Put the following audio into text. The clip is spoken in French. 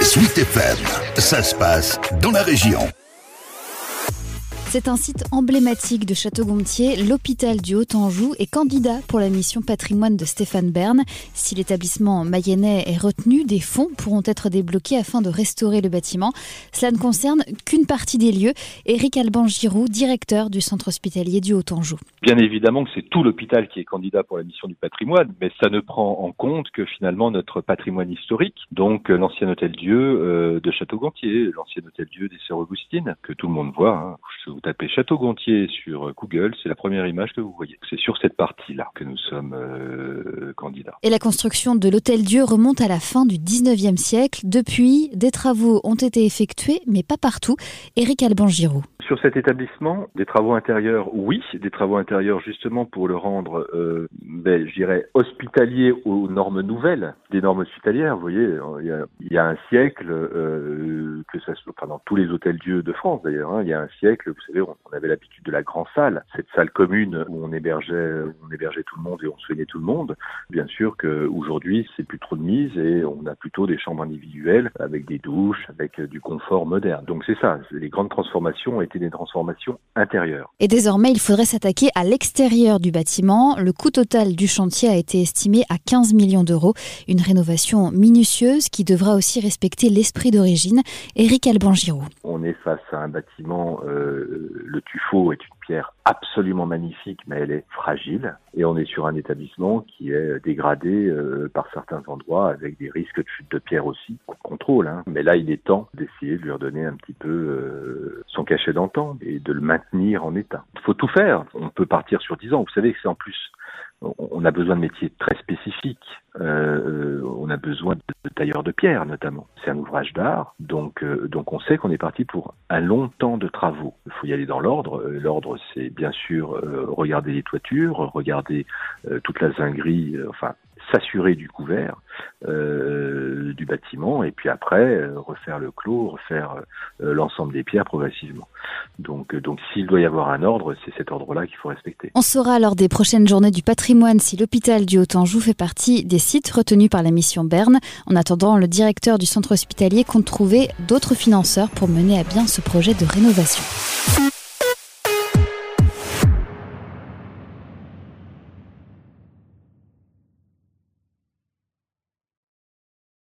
Suite FM, ça se passe dans la région. C'est un site emblématique de Château-Gontier. L'hôpital du Haut-Anjou est candidat pour la mission patrimoine de Stéphane Bern. Si l'établissement mayennais est retenu, des fonds pourront être débloqués afin de restaurer le bâtiment. Cela ne concerne qu'une partie des lieux. Éric Alban-Giroux, directeur du centre hospitalier du Haut-Anjou. Bien évidemment que c'est tout l'hôpital qui est candidat pour la mission du patrimoine, mais ça ne prend en compte que finalement notre patrimoine historique, donc l'ancien hôtel-Dieu de Château-Gontier, l'ancien hôtel-Dieu des Sœurs Augustines, que tout le monde voit. Vous tapez Château-Gontier sur Google, c'est la première image que vous voyez. C'est sur cette partie-là que nous sommes candidats. Et la construction de l'Hôtel-Dieu remonte à la fin du 19e siècle. Depuis, des travaux ont été effectués, mais pas partout. Éric Alban-Giroux. Sur cet établissement, des travaux intérieurs, oui, des travaux intérieurs justement pour le rendre, je dirais, hospitalier aux normes nouvelles, des normes hospitalières. Vous voyez, il y a un siècle, que ça soit, dans tous les hôtels-dieux de France d'ailleurs, il y a un siècle, vous savez, on avait l'habitude de la grande salle, cette salle commune où on hébergeait tout le monde et on soignait tout le monde. Bien sûr qu'aujourd'hui, c'est plus trop de mise et on a plutôt des chambres individuelles avec des douches, avec du confort moderne. Donc c'est ça, les grandes transformations ont été des transformations intérieures. Et désormais, il faudrait s'attaquer à l'extérieur du bâtiment. Le coût total du chantier a été estimé à 15 millions d'euros. Une rénovation minutieuse qui devra aussi respecter l'esprit d'origine. Éric Alban-Giroux. On est face à un bâtiment, le tuffeau est une pierre absolument magnifique, mais elle est fragile. Et on est sur un établissement qui est dégradé par certains endroits, avec des risques de chute de pierre aussi, qu'on contrôle. Mais là, il est temps d'essayer de lui redonner un petit peu son cachet d'antan et de le maintenir en état. Il faut tout faire. On peut partir sur 10 ans. Vous savez que c'est en plus... On a besoin de métiers très spécifiques. On a besoin de tailleurs de pierre, notamment. C'est un ouvrage d'art, donc on sait qu'on est parti pour un long temps de travaux. Il faut y aller dans l'ordre. L'ordre, c'est bien sûr regarder les toitures, regarder toute la zinguerie, s'assurer du couvert du bâtiment, et puis après refaire le clos, refaire l'ensemble des pierres progressivement. Donc s'il doit y avoir un ordre, c'est cet ordre-là qu'il faut respecter. On saura lors des prochaines journées du patrimoine si l'hôpital du Haut-Anjou fait partie des sites retenus par la mission Bern. En attendant, le directeur du centre hospitalier compte trouver d'autres financeurs pour mener à bien ce projet de rénovation.